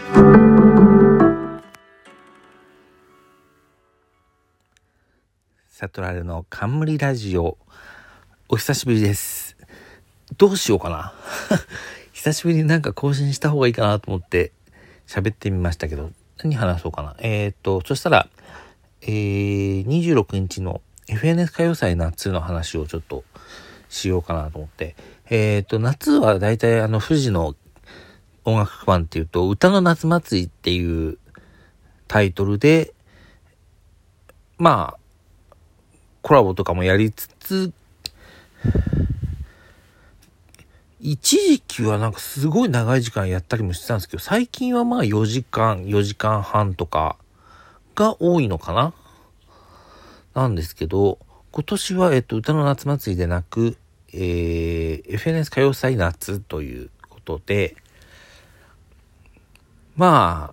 サトラルの冠ラジオ、お久しぶりです。どうしようかな久しぶりになんか更新した方がいいかなと思って喋ってみましたけど、何話そうかな。そしたら、26日の FNS 歌謡祭夏の話をちょっとしようかなと思って、夏はだいたい富士の音楽ファンっていうと、歌の夏祭りっていうタイトルで、まあコラボとかもやりつつ、一時期はなんかすごい長い時間やったりもしてたんですけど、最近はまあ4時間半とかが多いのかななんですけど、今年は歌の夏祭りでなく、FNS 歌謡祭夏ということで、まあ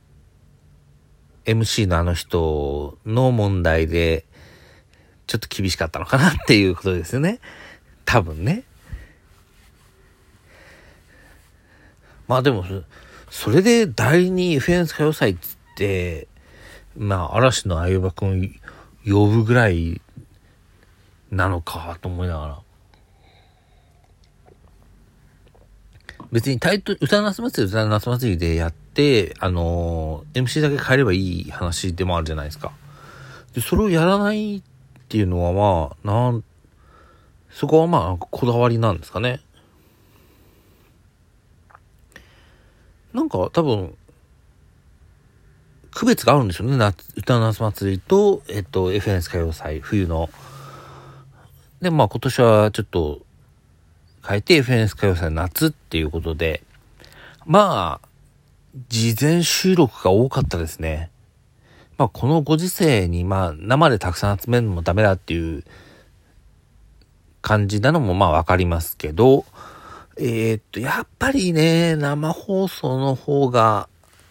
MC のあの人の問題でちょっと厳しかったのかなっていうことですよね、多分ね。まあでもそれで第2 FNS 歌謡祭ってまあ嵐の相葉くん呼ぶぐらいなのかと思いながら、別に歌の夏祭りでやって、MC だけ変えればいい話でもあるじゃないですか。でそれをやらないっていうのはまあそこはまあこだわりなんですかね。なんか多分区別があるんでしょうね、歌の夏祭りとFNS 歌謡祭冬ので、まあ今年はちょっと変えて FNS 歌謡祭夏っていうことで、まあ事前収録が多かったですね。まあこのご時世にまあ生でたくさん集めるのもダメだっていう感じなのもまあわかりますけど、やっぱりね、生放送の方が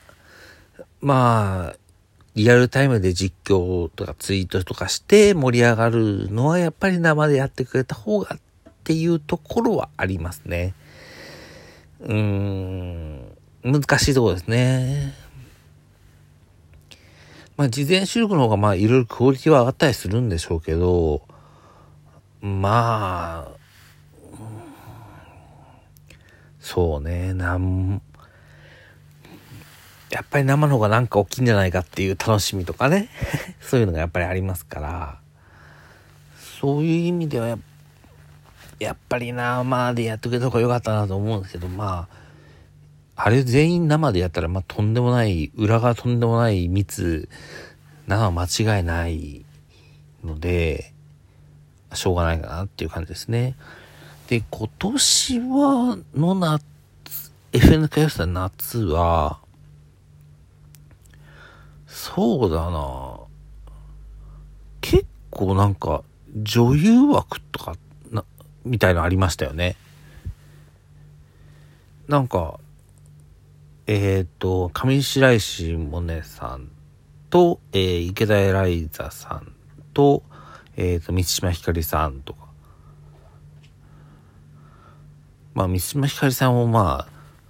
まあリアルタイムで実況とかツイートとかして盛り上がるのはやっぱり生でやってくれた方がっていうところはありますね。難しいところですね。まあ事前収録の方がまあいろいろクオリティは上がったりするんでしょうけど、まあそうね、やっぱり生の方がなんか大きいんじゃないかっていう楽しみとかねそういうのがやっぱりありますから、そういう意味ではやっぱり生でやってくれた方が良かったなと思うんですけど、まああれ全員生でやったらまあとんでもない裏がとんでもない密なのは間違いないのでしょうがないかなっていう感じですね。で今年はのFN 歌謡祭夏はそうだな、結構なんか女優枠とかみたいなのありましたよね。なんか上白石萌音さんと、池田エライザさんと満島ひかりさんとか、まあ満島ひかりさんもまあ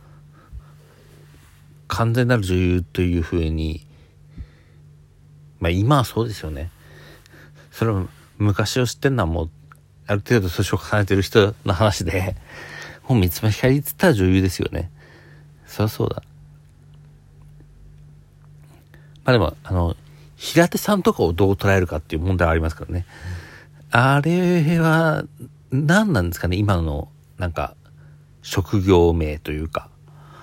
完全なる女優という風に、まあ今はそうですよね。それも昔を知ってんのはもうある程度年を重ねてる人の話で、もう満島ひかりって言ったら女優ですよね。そりゃそうだ。まあでも平手さんとかをどう捉えるかっていう問題はありますからね。あれは何なんですかね、今のなんか職業名というか。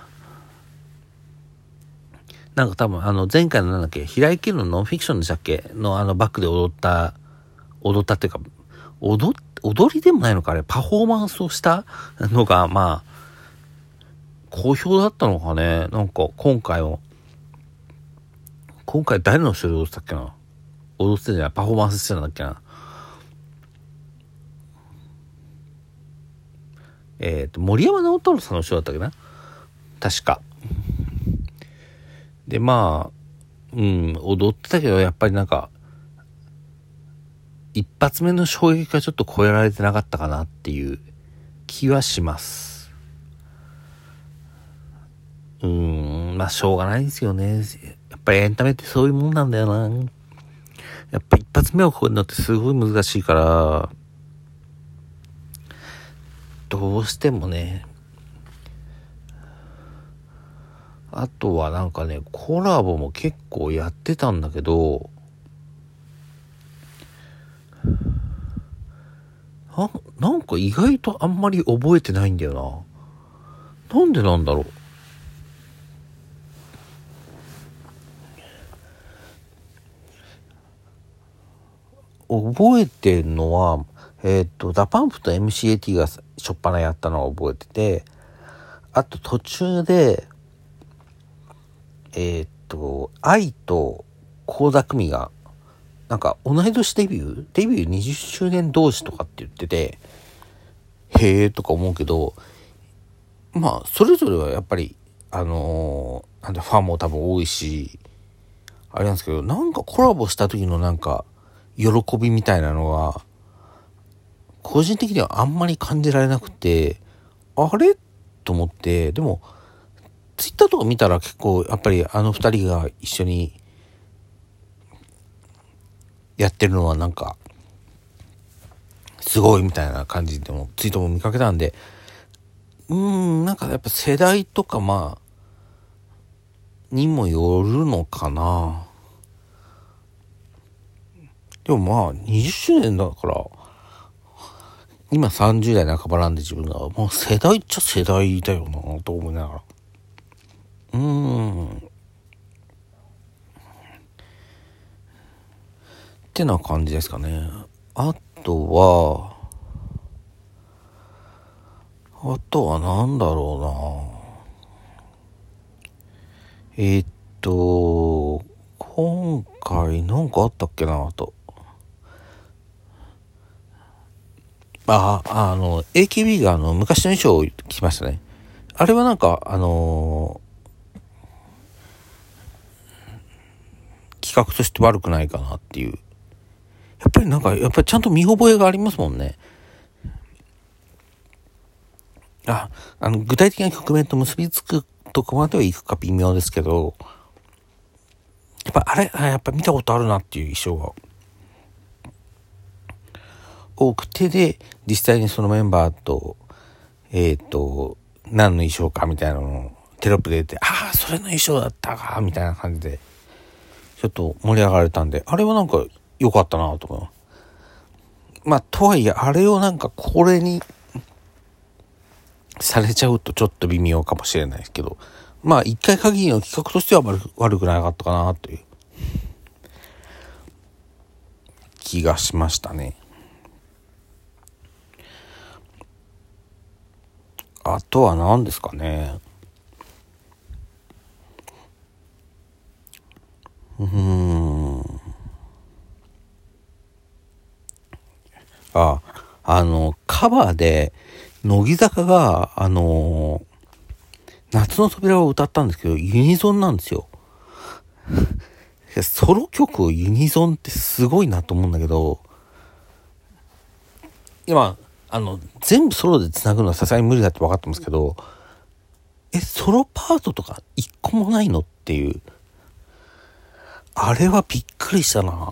なんか多分前回のなんだっけ、平井堅のノンフィクションでしたっけのバックで踊ったっていうか、踊りでもないのか、あれパフォーマンスをしたのがまあ好評だったのかね。なんか今回誰の人で踊ってたっけな、踊ってたじゃない、パフォーマンスしてたんだっけな。森山直太朗さんの人だったっけな、確かで、まあ踊ってたけど、やっぱりなんか一発目の衝撃がちょっと超えられてなかったかなっていう気はします。 まあしょうがないですよね。やっぱりエンタメってそういうもんなんだよな。やっぱ一発目を超えるのってすごい難しいから、どうしてもね。あとはなんかね、コラボも結構やってたんだけど、なんか意外とあんまり覚えてないんだよな。なんでなんだろう。覚えてんのは、ダパンプと MCAT がしょっぱなやったのを覚えてて、あと途中で、愛と倖田來未が、なんか同い年デビュー20周年同士とかって言ってて、へーとか思うけど、まあ、それぞれはやっぱり、なんでファンも多分多いし、あれなんですけど、なんかコラボした時のなんか、喜びみたいなのが、個人的にはあんまり感じられなくて、あれと思って、でも、ツイッターとか見たら結構、やっぱりあの二人が一緒にやってるのはなんか、すごいみたいな感じでも、ツイートも見かけたんで、なんかやっぱ世代とかまあ、にもよるのかな。でもまあ、20周年だから、今30代半ばなんで自分が、もう世代っちゃ世代だよなと思いながら。ってな感じですかね。あとはなんだろうな。今回なんかあったっけなと。AKB が昔の衣装を着ましたね。あれはなんか、企画として悪くないかなっていう。やっぱりちゃんと見覚えがありますもんね。具体的な局面と結びつくとこまではいくか微妙ですけど、やっぱ見たことあるなっていう衣装が多くて、で、実際にそのメンバーと、何の衣装かみたいなのをテロップで出て、それの衣装だったか、みたいな感じで、ちょっと盛り上がれたんで、あれはなんか良かったなと思います。まあ、とはいえ、あれをなんかこれにされちゃうとちょっと微妙かもしれないですけど、まあ、一回限りの企画としては悪くなかったかなという気がしましたね。あとは何ですかね。カバーで、乃木坂が、夏の扉を歌ったんですけど、ユニゾンなんですよ。ソロ曲をユニゾンってすごいなと思うんだけど、今、全部ソロで繋ぐのはさすがに無理だって分かってますけど、ソロパートとか一個もないのっていう。あれはびっくりしたな。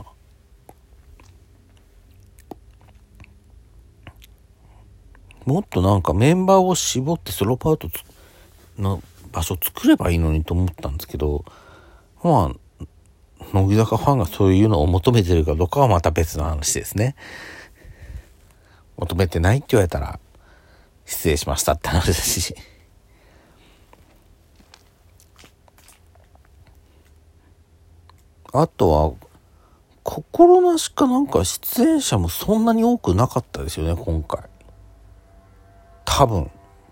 もっとなんかメンバーを絞ってソロパートの場所作ればいいのにと思ったんですけど、まあ、乃木坂ファンがそういうのを求めてるかどうかはまた別の話ですね。求めてないって言われたら失礼しましたって話ですし。あとは、心なしかなんか出演者もそんなに多くなかったですよね、今回。多分。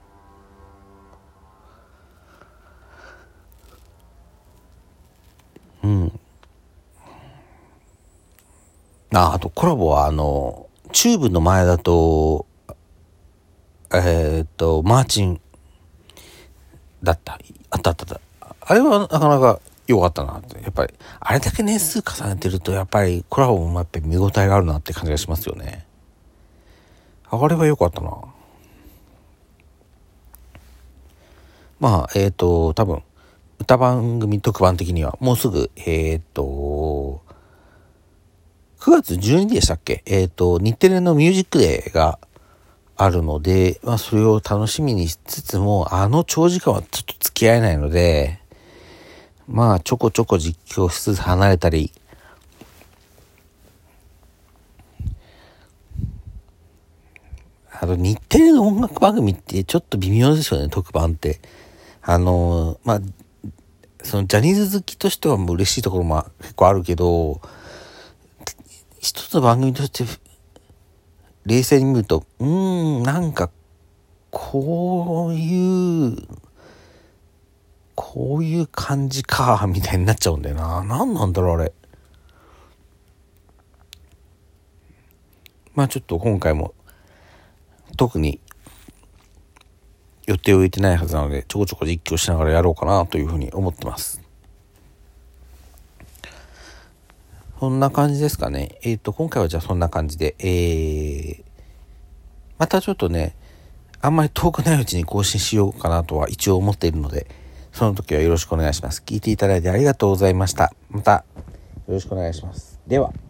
あとコラボはチューブの前だと、マーチンだった。あった。あれはなかなか良かったなって。やっぱり、あれだけ年数重ねてると、やっぱりコラボもやっぱり見応えがあるなって感じがしますよね。あれは良かったな。まあ、多分、 歌番組特番的にはもうすぐ9月12日でしたっけ、日テレのミュージックデーがあるので、それを楽しみにしつつも、長時間はちょっと付き合えないので、ちょこちょこ実況しつつ離れたり、日テレの音楽番組ってちょっと微妙ですよね、特番って。そのジャニーズ好きとしてはもう嬉しいところも結構あるけど、一つの番組として冷静に見ると、なんかこういう感じかみたいになっちゃうんだよな。なんなんだろうあれ。ちょっと今回も特に予定を入れてないはずなので、ちょこちょこ実況しながらやろうかなというふうに思ってます。そんな感じですかね。今回はじゃあそんな感じで、またちょっとね、あんまり遠くないうちに更新しようかなとは一応思っているので、その時はよろしくお願いします。聞いていただいてありがとうございました。またよろしくお願いします。では。